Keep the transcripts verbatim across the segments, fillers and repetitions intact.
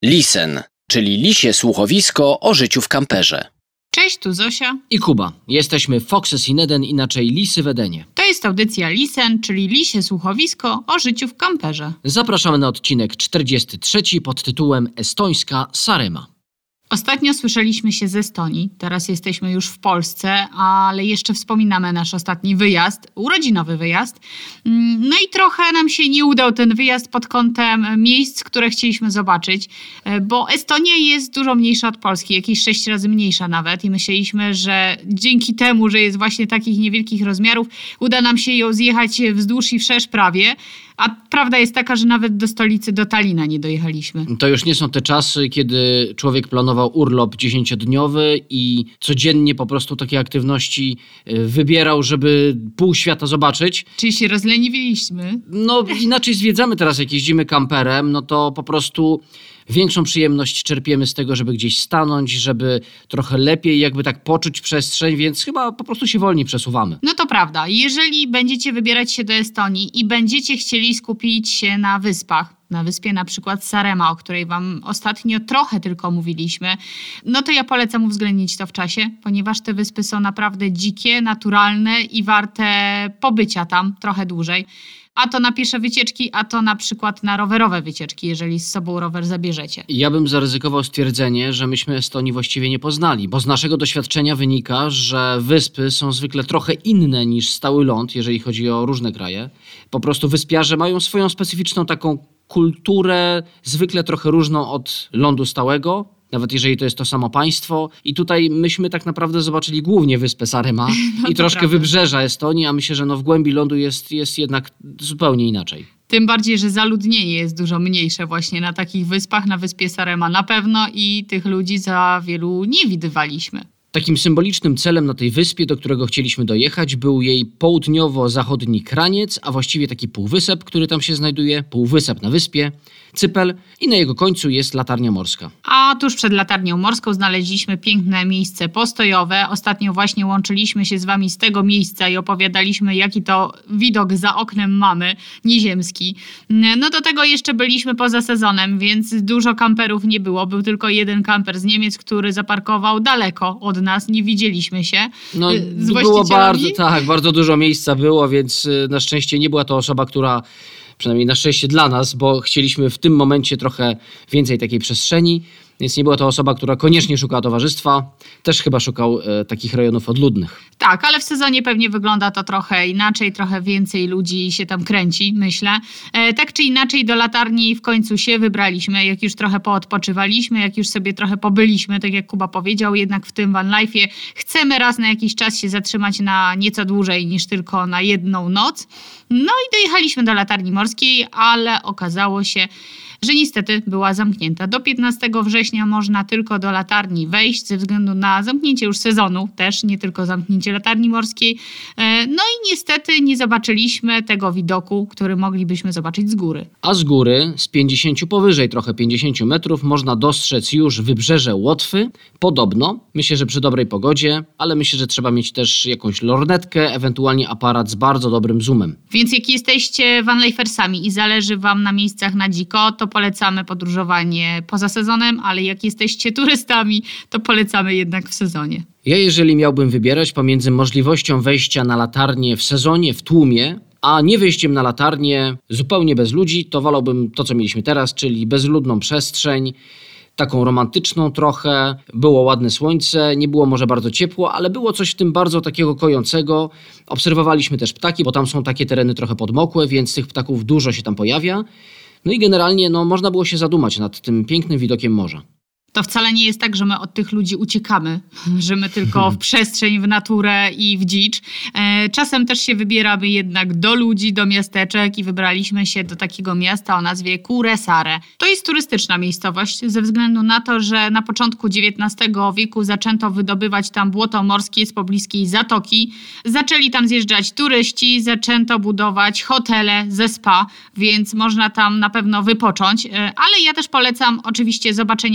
Lisen, czyli lisie słuchowisko o życiu w kamperze. Cześć, tu Zosia i Kuba. Jesteśmy Foxes in Eden, inaczej Lisy w Edenie. To jest audycja Lisen, czyli lisie słuchowisko o życiu w kamperze. Zapraszamy na odcinek czterdziesty trzeci pod tytułem Estońska Saaremaa. Ostatnio słyszeliśmy się z Estonii, teraz jesteśmy już w Polsce, ale jeszcze wspominamy nasz ostatni wyjazd, urodzinowy wyjazd. No i trochę nam się nie udał ten wyjazd pod kątem miejsc, które chcieliśmy zobaczyć, bo Estonia jest dużo mniejsza od Polski, jakieś sześć razy mniejsza nawet i myśleliśmy, że dzięki temu, że jest właśnie takich niewielkich rozmiarów, uda nam się ją zjechać wzdłuż i wszerz prawie. A prawda jest taka, że nawet do stolicy, do Talina nie dojechaliśmy. To już nie są te czasy, kiedy człowiek planował urlop dziesięciodniowy i codziennie po prostu takie aktywności wybierał, żeby pół świata zobaczyć. Czyli się rozleniwiliśmy. No inaczej zwiedzamy teraz, jak jeździmy kamperem, no to po prostu większą przyjemność czerpiemy z tego, żeby gdzieś stanąć, żeby trochę lepiej jakby tak poczuć przestrzeń, więc chyba po prostu się wolniej przesuwamy. No to prawda. Jeżeli będziecie wybierać się do Estonii i będziecie chcieli skupić się na wyspach, na wyspie na przykład Saaremaa, o której wam ostatnio trochę tylko mówiliśmy, no to ja polecam uwzględnić to w czasie, ponieważ te wyspy są naprawdę dzikie, naturalne i warte pobycia tam trochę dłużej. A to na piesze wycieczki, a to na przykład na rowerowe wycieczki, jeżeli z sobą rower zabierzecie. Ja bym zaryzykował stwierdzenie, że myśmy Estonii właściwie nie poznali, bo z naszego doświadczenia wynika, że wyspy są zwykle trochę inne niż stały ląd, jeżeli chodzi o różne kraje. Po prostu wyspiarze mają swoją specyficzną taką kulturę, zwykle trochę różną od lądu stałego, nawet jeżeli to jest to samo państwo. I tutaj myśmy tak naprawdę zobaczyli głównie wyspę Saaremaa no i troszkę prawda. Wybrzeża Estonii, a myślę, że no w głębi lądu jest, jest jednak zupełnie inaczej. Tym bardziej, że zaludnienie jest dużo mniejsze właśnie na takich wyspach, na wyspie Saaremaa na pewno i tych ludzi za wielu nie widywaliśmy. Takim symbolicznym celem na tej wyspie, do którego chcieliśmy dojechać, był jej południowo-zachodni kraniec, a właściwie taki półwysep, który tam się znajduje, półwysep na wyspie, Cypel i na jego końcu jest latarnia morska. A tuż przed latarnią morską znaleźliśmy piękne miejsce postojowe. Ostatnio właśnie łączyliśmy się z wami z tego miejsca i opowiadaliśmy, jaki to widok za oknem mamy, nieziemski. No do tego jeszcze byliśmy poza sezonem, więc dużo kamperów nie było. Był tylko jeden kamper z Niemiec, który zaparkował daleko od nas, nie widzieliśmy się no, z było bardzo, tak, bardzo dużo miejsca było, więc na szczęście nie była to osoba, która, przynajmniej na szczęście dla nas, bo chcieliśmy w tym momencie trochę więcej takiej przestrzeni, więc nie była to osoba, która koniecznie szukała towarzystwa. Też chyba szukał e, takich rejonów odludnych. Tak, ale w sezonie pewnie wygląda to trochę inaczej, trochę więcej ludzi się tam kręci, myślę. E, tak czy inaczej do latarni w końcu się wybraliśmy, jak już trochę poodpoczywaliśmy, jak już sobie trochę pobyliśmy, tak jak Kuba powiedział, jednak w tym van life'ie chcemy raz na jakiś czas się zatrzymać na nieco dłużej niż tylko na jedną noc. No i dojechaliśmy do latarni morskiej, ale okazało się, że niestety była zamknięta. Do piętnastego września można tylko do latarni wejść ze względu na zamknięcie już sezonu, też nie tylko zamknięcie latarni morskiej. No i niestety nie zobaczyliśmy tego widoku, który moglibyśmy zobaczyć z góry. A z góry, z pięćdziesięciu powyżej trochę pięćdziesięciu metrów, można dostrzec już wybrzeże Łotwy. Podobno, myślę, że przy dobrej pogodzie, ale myślę, że trzeba mieć też jakąś lornetkę, ewentualnie aparat z bardzo dobrym zoomem. Więc jak jesteście vanlifersami i zależy wam na miejscach na dziko, to polecamy podróżowanie poza sezonem, ale jak jesteście turystami, to polecamy jednak w sezonie. Ja jeżeli miałbym wybierać pomiędzy możliwością wejścia na latarnię w sezonie, w tłumie, a nie wejściem na latarnię zupełnie bez ludzi, to wolałbym to, co mieliśmy teraz, czyli bezludną przestrzeń, taką romantyczną trochę. Było ładne słońce, nie było może bardzo ciepło, ale było coś w tym bardzo takiego kojącego. Obserwowaliśmy też ptaki, bo tam są takie tereny trochę podmokłe, więc tych ptaków dużo się tam pojawia. No i generalnie no, można było się zadumać nad tym pięknym widokiem morza. To wcale nie jest tak, że my od tych ludzi uciekamy, że my tylko w przestrzeń, w naturę i w dzicz. Czasem też się wybieramy jednak do ludzi, do miasteczek i wybraliśmy się do takiego miasta o nazwie Kuressaare. To jest turystyczna miejscowość ze względu na to, że na początku dziewiętnastego wieku zaczęto wydobywać tam błoto morskie z pobliskiej zatoki. Zaczęli tam zjeżdżać turyści, zaczęto budować hotele ze spa, więc można tam na pewno wypocząć. Ale ja też polecam oczywiście zobaczenie samego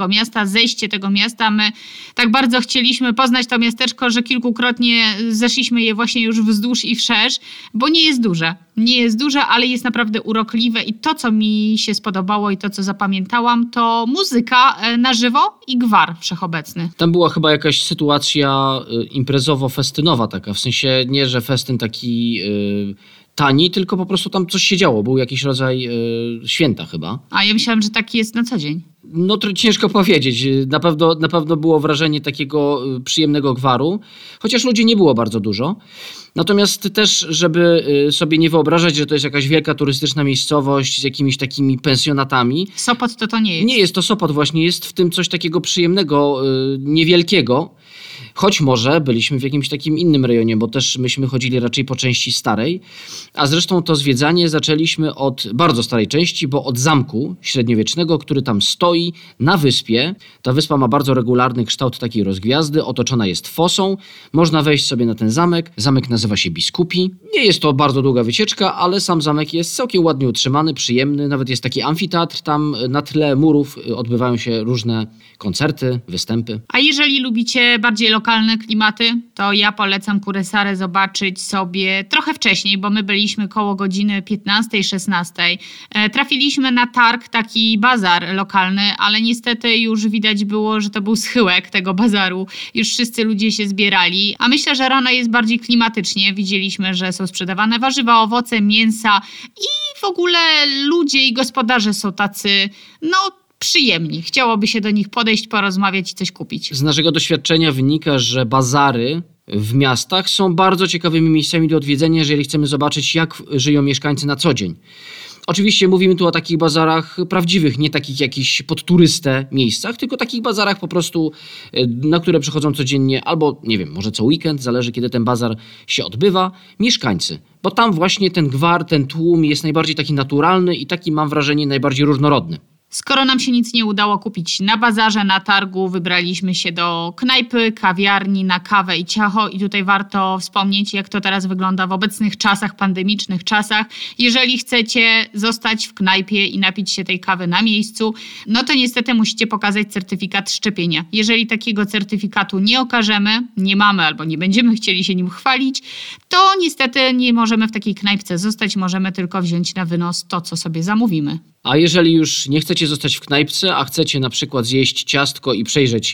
miasta, zejście tego miasta. My tak bardzo chcieliśmy poznać to miasteczko, że kilkukrotnie zeszliśmy je właśnie już wzdłuż i wszerz, bo nie jest duże. Nie jest duże, ale jest naprawdę urokliwe i to, co mi się spodobało i to, co zapamiętałam, to muzyka na żywo i gwar wszechobecny. Tam była chyba jakaś sytuacja imprezowo-festynowa taka, w sensie nie, że festyn taki yy, tani, tylko po prostu tam coś się działo, był jakiś rodzaj yy, święta chyba. A ja myślałam, że taki jest na co dzień. No to ciężko powiedzieć. Na pewno, na pewno było wrażenie takiego przyjemnego gwaru, chociaż ludzi nie było bardzo dużo. Natomiast też, żeby sobie nie wyobrażać, że to jest jakaś wielka turystyczna miejscowość z jakimiś takimi pensjonatami. Sopot to to nie jest. Nie jest to Sopot właśnie, jest w tym coś takiego przyjemnego, niewielkiego. Choć może byliśmy w jakimś takim innym rejonie, bo też myśmy chodzili raczej po części starej. A zresztą to zwiedzanie zaczęliśmy od bardzo starej części, bo od zamku średniowiecznego, który tam stoi na wyspie. Ta wyspa ma bardzo regularny kształt takiej rozgwiazdy, otoczona jest fosą. Można wejść sobie na ten zamek. Zamek nazywa się Biskupi. Nie jest to bardzo długa wycieczka, ale sam zamek jest całkiem ładnie utrzymany, przyjemny. Nawet jest taki amfiteatr, tam na tle murów odbywają się różne koncerty, występy. A jeżeli lubicie bardziej lokalne klimaty, to ja polecam Kuressaare zobaczyć sobie trochę wcześniej, bo my byliśmy koło godziny piętnastej szesnastej. E, trafiliśmy na targ, taki bazar lokalny, ale niestety już widać było, że to był schyłek tego bazaru. Już wszyscy ludzie się zbierali, a myślę, że rano jest bardziej klimatycznie. Widzieliśmy, że są sprzedawane warzywa, owoce, mięsa i w ogóle ludzie i gospodarze są tacy, no przyjemni. Chciałoby się do nich podejść, porozmawiać i coś kupić. Z naszego doświadczenia wynika, że bazary w miastach są bardzo ciekawymi miejscami do odwiedzenia, jeżeli chcemy zobaczyć, jak żyją mieszkańcy na co dzień. Oczywiście mówimy tu o takich bazarach prawdziwych, nie takich jakichś pod turystę miejscach, tylko takich bazarach po prostu, na które przychodzą codziennie albo, nie wiem, może co weekend, zależy kiedy ten bazar się odbywa, mieszkańcy. Bo tam właśnie ten gwar, ten tłum jest najbardziej taki naturalny i taki, mam wrażenie, najbardziej różnorodny. Skoro nam się nic nie udało kupić na bazarze, na targu, wybraliśmy się do knajpy, kawiarni, na kawę i ciacho i tutaj warto wspomnieć, jak to teraz wygląda w obecnych czasach, pandemicznych czasach. Jeżeli chcecie zostać w knajpie i napić się tej kawy na miejscu, no to niestety musicie pokazać certyfikat szczepienia. Jeżeli takiego certyfikatu nie okażemy, nie mamy albo nie będziemy chcieli się nim chwalić, to niestety nie możemy w takiej knajpce zostać, możemy tylko wziąć na wynos to, co sobie zamówimy. A jeżeli już nie chcecie zostać w knajpce, a chcecie na przykład zjeść ciastko i przejrzeć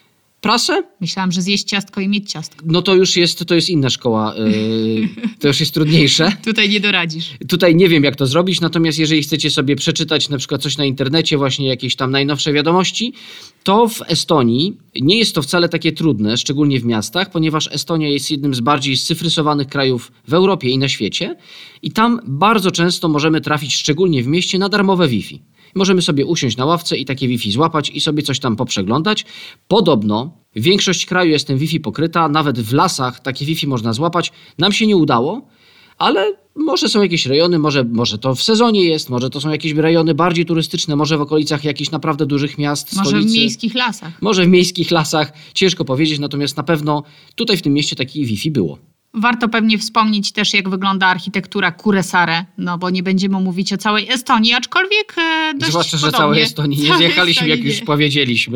prasę? Myślałam, że zjeść ciastko i mieć ciastko. No to już jest, to jest inna szkoła, yy, to już jest trudniejsze. Tutaj nie doradzisz. Tutaj nie wiem, jak to zrobić, natomiast jeżeli chcecie sobie przeczytać na przykład coś na internecie, właśnie jakieś tam najnowsze wiadomości, to w Estonii nie jest to wcale takie trudne, szczególnie w miastach, ponieważ Estonia jest jednym z bardziej scyfryzowanych krajów w Europie i na świecie i tam bardzo często możemy trafić, szczególnie w mieście, na darmowe Wi-Fi. Możemy sobie usiąść na ławce i takie Wi-Fi złapać i sobie coś tam poprzeglądać. Podobno większość kraju jest tym Wi-Fi pokryta, nawet w lasach takie Wi-Fi można złapać. Nam się nie udało, ale może są jakieś rejony, może, może to w sezonie jest, może to są jakieś rejony bardziej turystyczne, może w okolicach jakichś naprawdę dużych miast, może stolicy. w miejskich lasach. Może w miejskich lasach, ciężko powiedzieć, natomiast na pewno tutaj w tym mieście takiej Wi-Fi było. Warto pewnie wspomnieć też, jak wygląda architektura Kuressaare, no bo nie będziemy mówić o całej Estonii, aczkolwiek e, dość Zwłaszcza, że podobnie. całej Estonii nie Całej zjechaliśmy, jak Estonii już nie. powiedzieliśmy.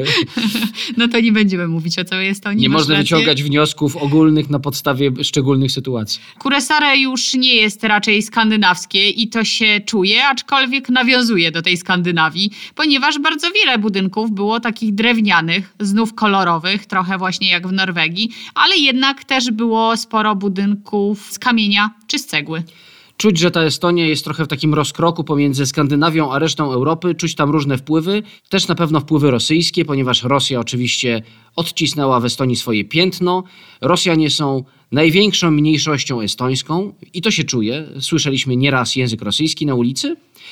No to nie będziemy mówić o całej Estonii. Nie masz można rację. wyciągać wniosków ogólnych na podstawie szczególnych sytuacji. Kuressaare już nie jest raczej skandynawskie i to się czuje, aczkolwiek nawiązuje do tej Skandynawii, ponieważ bardzo wiele budynków było takich drewnianych, znów kolorowych, trochę właśnie jak w Norwegii, ale jednak też było sporo budynków z kamienia czy z cegły. Czuć, że ta Estonia jest trochę w takim rozkroku pomiędzy Skandynawią a resztą Europy. Czuć tam różne wpływy. Też na pewno wpływy rosyjskie, ponieważ Rosja oczywiście odcisnęła w Estonii swoje piętno. Rosjanie są największą mniejszością estońską i to się czuje. Słyszeliśmy nieraz język rosyjski na ulicy.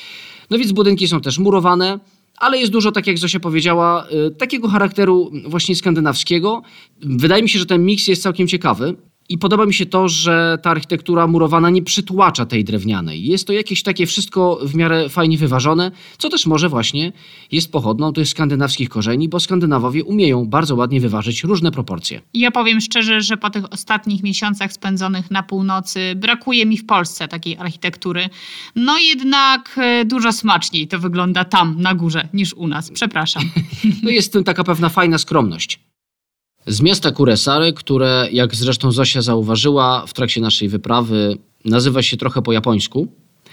No więc budynki są też murowane. Ale jest dużo, tak jak Zosia powiedziała, y, takiego charakteru właśnie skandynawskiego. Wydaje mi się, że ten miks jest całkiem ciekawy. I podoba mi się to, że ta architektura murowana nie przytłacza tej drewnianej. Jest to jakieś takie wszystko w miarę fajnie wyważone, co też może właśnie jest pochodną tych skandynawskich korzeni, bo Skandynawowie umieją bardzo ładnie wyważyć różne proporcje. Ja powiem szczerze, że po tych ostatnich miesiącach spędzonych na północy brakuje mi w Polsce takiej architektury. No jednak e, dużo smaczniej to wygląda tam, na górze, niż u nas. Przepraszam. No jest w tym taka pewna fajna skromność. Z miasta Kuressaare, które, jak zresztą Zosia zauważyła w trakcie naszej wyprawy, nazywa się trochę po japońsku.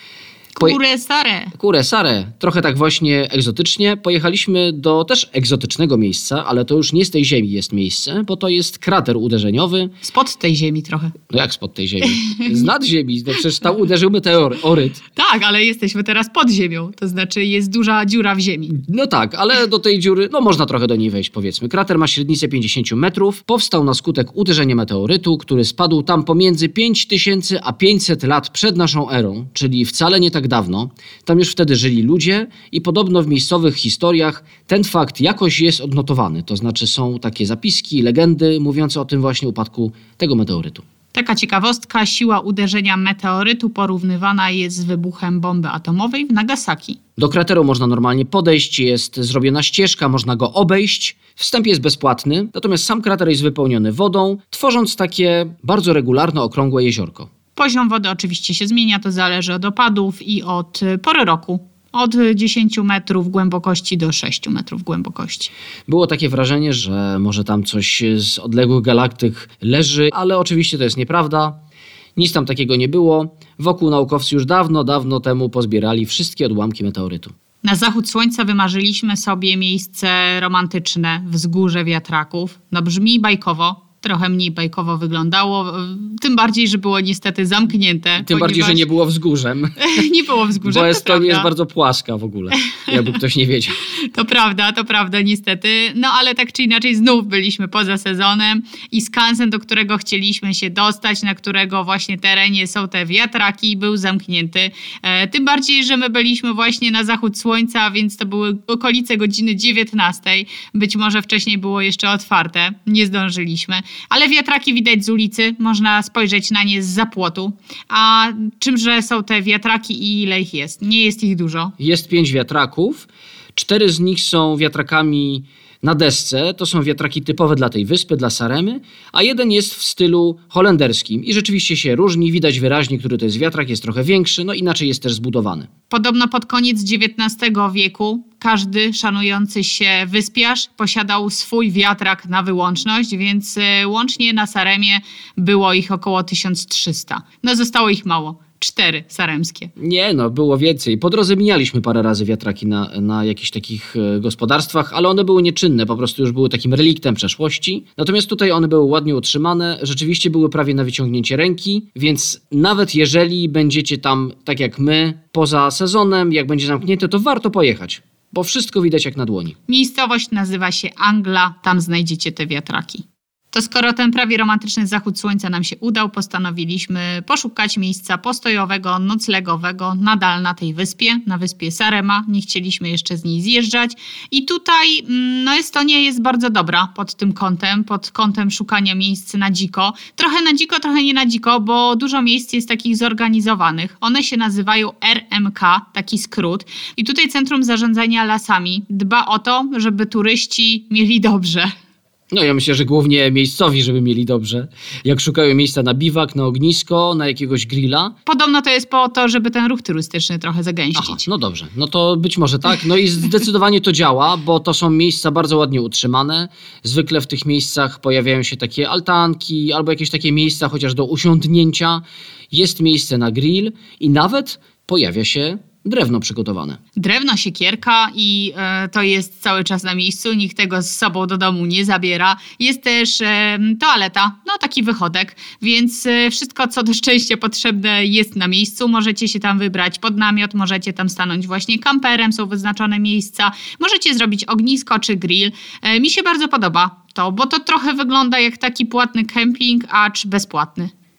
Kuressaare. Kuressaare, trochę tak właśnie egzotycznie. Pojechaliśmy do też egzotycznego miejsca, ale to już nie z tej ziemi jest miejsce, bo to jest krater uderzeniowy. Spod tej ziemi trochę. No jak spod tej ziemi? Z nad ziemi, no przecież tam uderzył meteoryt. Tak, ale jesteśmy teraz pod ziemią, to znaczy jest duża dziura w ziemi. No tak, ale do tej dziury, no można trochę do niej wejść, powiedzmy. Krater ma średnicę pięćdziesiąt metrów. Powstał na skutek uderzenia meteorytu, który spadł tam pomiędzy pięć tysięcy a pięćset lat przed naszą erą, czyli wcale nie tak dawno. Tam już wtedy żyli ludzie i podobno w miejscowych historiach ten fakt jakoś jest odnotowany. To znaczy są takie zapiski, legendy mówiące o tym właśnie upadku tego meteorytu. Taka ciekawostka, siła uderzenia meteorytu porównywana jest z wybuchem bomby atomowej w Nagasaki. Do krateru można normalnie podejść, jest zrobiona ścieżka, można go obejść. Wstęp jest bezpłatny, natomiast sam krater jest wypełniony wodą, tworząc takie bardzo regularne, okrągłe jeziorko. Poziom wody oczywiście się zmienia, to zależy od opadów i od pory roku. Od dziesięciu metrów głębokości do sześciu metrów głębokości. Było takie wrażenie, że może tam coś z odległych galaktyk leży, ale oczywiście to jest nieprawda. Nic tam takiego nie było. Wokół naukowcy już dawno, dawno temu pozbierali wszystkie odłamki meteorytu. Na zachód słońca wymarzyliśmy sobie miejsce romantyczne, wzgórze wiatraków. No brzmi bajkowo. Trochę mniej bajkowo wyglądało, tym bardziej, że było niestety zamknięte. Tym ponieważ... bardziej, że nie było wzgórzem. nie było wzgórzem, Bo to Estonia prawda. jest bardzo płaska w ogóle, jakby ktoś nie wiedział. To prawda, to prawda niestety. No ale tak czy inaczej znów byliśmy poza sezonem i skansen, do którego chcieliśmy się dostać, na którego właśnie terenie są te wiatraki, był zamknięty. E, tym bardziej, że my byliśmy właśnie na zachód słońca, więc to były okolice godziny dziewiętnastej. Być może wcześniej było jeszcze otwarte, nie zdążyliśmy. Ale wiatraki widać z ulicy, można spojrzeć na nie zza płotu. A czymże są te wiatraki i ile ich jest? Nie jest ich dużo. Jest pięć wiatraków. Cztery z nich są wiatrakami na desce. To są wiatraki typowe dla tej wyspy, dla Saremy. A jeden jest w stylu holenderskim. I rzeczywiście się różni. Widać wyraźnie, który to jest wiatrak. Jest trochę większy, no inaczej jest też zbudowany. Podobno pod koniec dziewiętnastego wieku każdy szanujący się wyspiarz posiadał swój wiatrak na wyłączność, więc łącznie na Saremie było ich około tysiąc trzysta. No zostało ich mało. Cztery saremskie. Nie, no było więcej. Po drodze mijaliśmy parę razy wiatraki na, na jakichś takich e, gospodarstwach, ale one były nieczynne, po prostu już były takim reliktem przeszłości. Natomiast tutaj one były ładnie utrzymane, rzeczywiście były prawie na wyciągnięcie ręki, więc nawet jeżeli będziecie tam, tak jak my, poza sezonem, jak będzie zamknięte, to warto pojechać, bo wszystko widać jak na dłoni. Miejscowość nazywa się Angla, tam znajdziecie te wiatraki. To skoro ten prawie romantyczny zachód słońca nam się udał, postanowiliśmy poszukać miejsca postojowego, noclegowego nadal na tej wyspie, na wyspie Sarema. Nie chcieliśmy jeszcze z niej zjeżdżać. I tutaj no Estonia jest bardzo dobra pod tym kątem, pod kątem szukania miejsc na dziko. Trochę na dziko, trochę nie na dziko, bo dużo miejsc jest takich zorganizowanych. One się nazywają R M K, taki skrót. I tutaj Centrum Zarządzania Lasami dba o to, żeby turyści mieli dobrze. No ja myślę, że głównie miejscowi, żeby mieli dobrze. Jak szukają miejsca na biwak, na ognisko, na jakiegoś grilla. Podobno to jest po to, żeby ten ruch turystyczny trochę zagęścić. Aha, no dobrze, no to być może tak. No i zdecydowanie to działa, bo to są miejsca bardzo ładnie utrzymane. Zwykle w tych miejscach pojawiają się takie altanki albo jakieś takie miejsca chociaż do usiądnięcia. Jest miejsce na grill i nawet pojawia się drewno przygotowane. Drewno, siekierka i e, to jest cały czas na miejscu, nikt tego z sobą do domu nie zabiera. Jest też e, toaleta, no taki wychodek, więc e, wszystko co do szczęścia potrzebne jest na miejscu. Możecie się tam wybrać pod namiot, możecie tam stanąć właśnie kamperem, są wyznaczone miejsca. Możecie zrobić ognisko czy grill. E, mi się bardzo podoba to, bo to trochę wygląda jak taki płatny kemping, acz bezpłatny.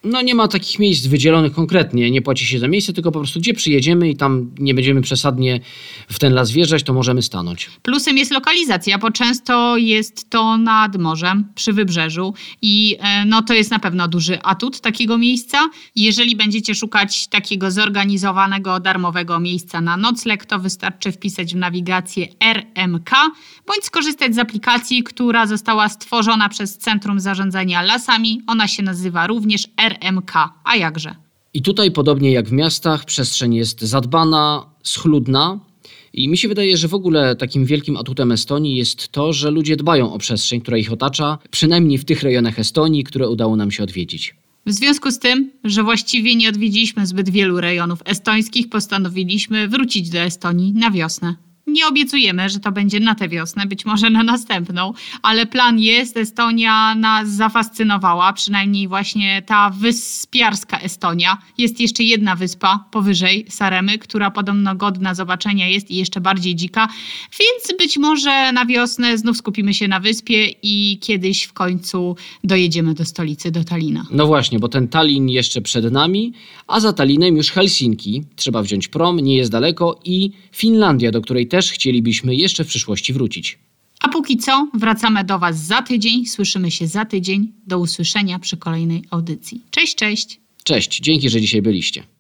No nie ma takich miejsc wydzielonych konkretnie, nie płaci się za miejsce, tylko po prostu gdzie przyjedziemy i tam nie będziemy przesadnie w ten las wjeżdżać, to możemy stanąć. Plusem jest lokalizacja, bo często jest to nad morzem, przy wybrzeżu i e, no to jest na pewno duży atut takiego miejsca. Jeżeli będziecie szukać takiego zorganizowanego, darmowego miejsca na nocleg, to wystarczy wpisać w nawigację R M K bądź skorzystać z aplikacji, która została stworzona przez Centrum Zarządzania Lasami. Ona się nazywa również R M K. A jakże? I tutaj, podobnie jak w miastach, przestrzeń jest zadbana, schludna. I mi się wydaje, że w ogóle takim wielkim atutem Estonii jest to, że ludzie dbają o przestrzeń, która ich otacza, przynajmniej w tych rejonach Estonii, które udało nam się odwiedzić. W związku z tym, że właściwie nie odwiedziliśmy zbyt wielu rejonów estońskich, postanowiliśmy wrócić do Estonii na wiosnę. Nie obiecujemy, że to będzie na tę wiosnę, być może na następną, ale plan jest. Estonia nas zafascynowała, przynajmniej właśnie ta wyspiarska Estonia. Jest jeszcze jedna wyspa powyżej Saremy, która podobno godna zobaczenia jest i jeszcze bardziej dzika, więc być może na wiosnę znów skupimy się na wyspie i kiedyś w końcu dojedziemy do stolicy, do Talina. No właśnie, bo ten Tallin jeszcze przed nami, a za Tallinem już Helsinki. Trzeba wziąć prom, nie jest daleko, i Finlandia, do której też chcielibyśmy jeszcze w przyszłości wrócić. A póki co wracamy do Was za tydzień, słyszymy się za tydzień. Do usłyszenia przy kolejnej audycji. Cześć, cześć! Cześć, dzięki, że dzisiaj byliście.